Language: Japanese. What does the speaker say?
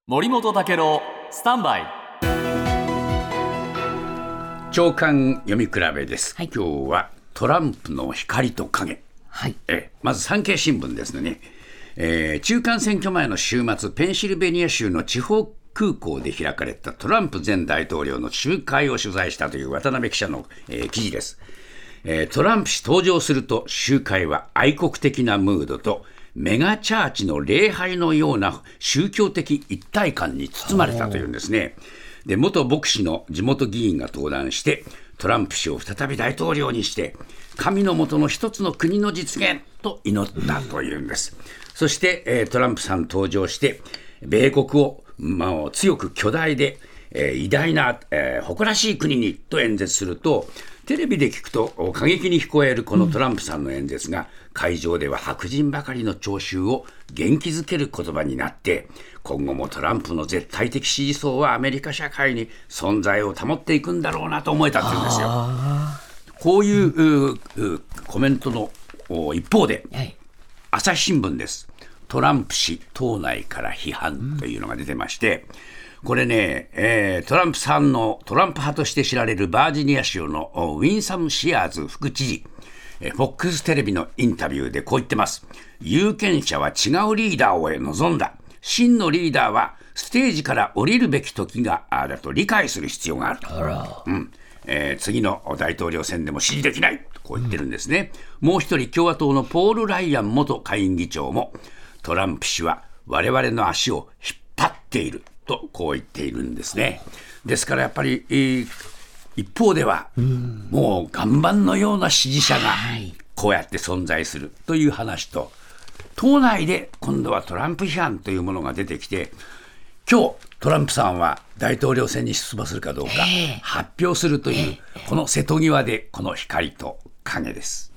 森本武郎スタンバイ朝刊読み比べです、 はい、 今日はトランプの光と影、 はい、 まず産経新聞ですね、中間選挙前の週末ペンシルベニア州の地方空港で開かれたトランプ前大統領の集会を取材したという渡辺記者の、記事です。トランプ氏登場すると集会は愛国的なムードとメガチャーチの礼拝のような宗教的一体感に包まれたというんですね。で、元牧師の地元議員が登壇してトランプ氏を再び大統領にして神の下の一つの国の実現と祈ったというんです。そして、トランプさん登場して米国を、強く巨大で、偉大な、誇らしい国にと演説すると、テレビで聞くと過激に聞こえるこのトランプさんの演説が、会場では白人ばかりの聴衆を元気づける言葉になって、今後もトランプの絶対的支持層はアメリカ社会に存在を保っていくんだろうなと思えたっていうんですよ。こういうコメントの一方で、朝日新聞です。トランプ氏党内から批判というのが出てまして、これね、トランプさんのトランプ派として知られるバージニア州のウィンサム・シアーズ副知事、FOX テレビのインタビューでこう言ってます。有権者は違うリーダーを望んだ。真のリーダーはステージから降りるべき時がだと理解する必要があると。次の大統領選でも支持できないとこう言ってるんですね。もう一人共和党のポール・ライアン元下院議長もトランプ氏は我々の足を引っ張っているとこう言っているんですね。ですからやっぱり、一方では、もう岩盤のような支持者がこうやって存在するという話と、党内で今度はトランプ批判というものが出てきて、今日トランプさんは大統領選に出馬するかどうか発表するというこの瀬戸際でこの光と影です。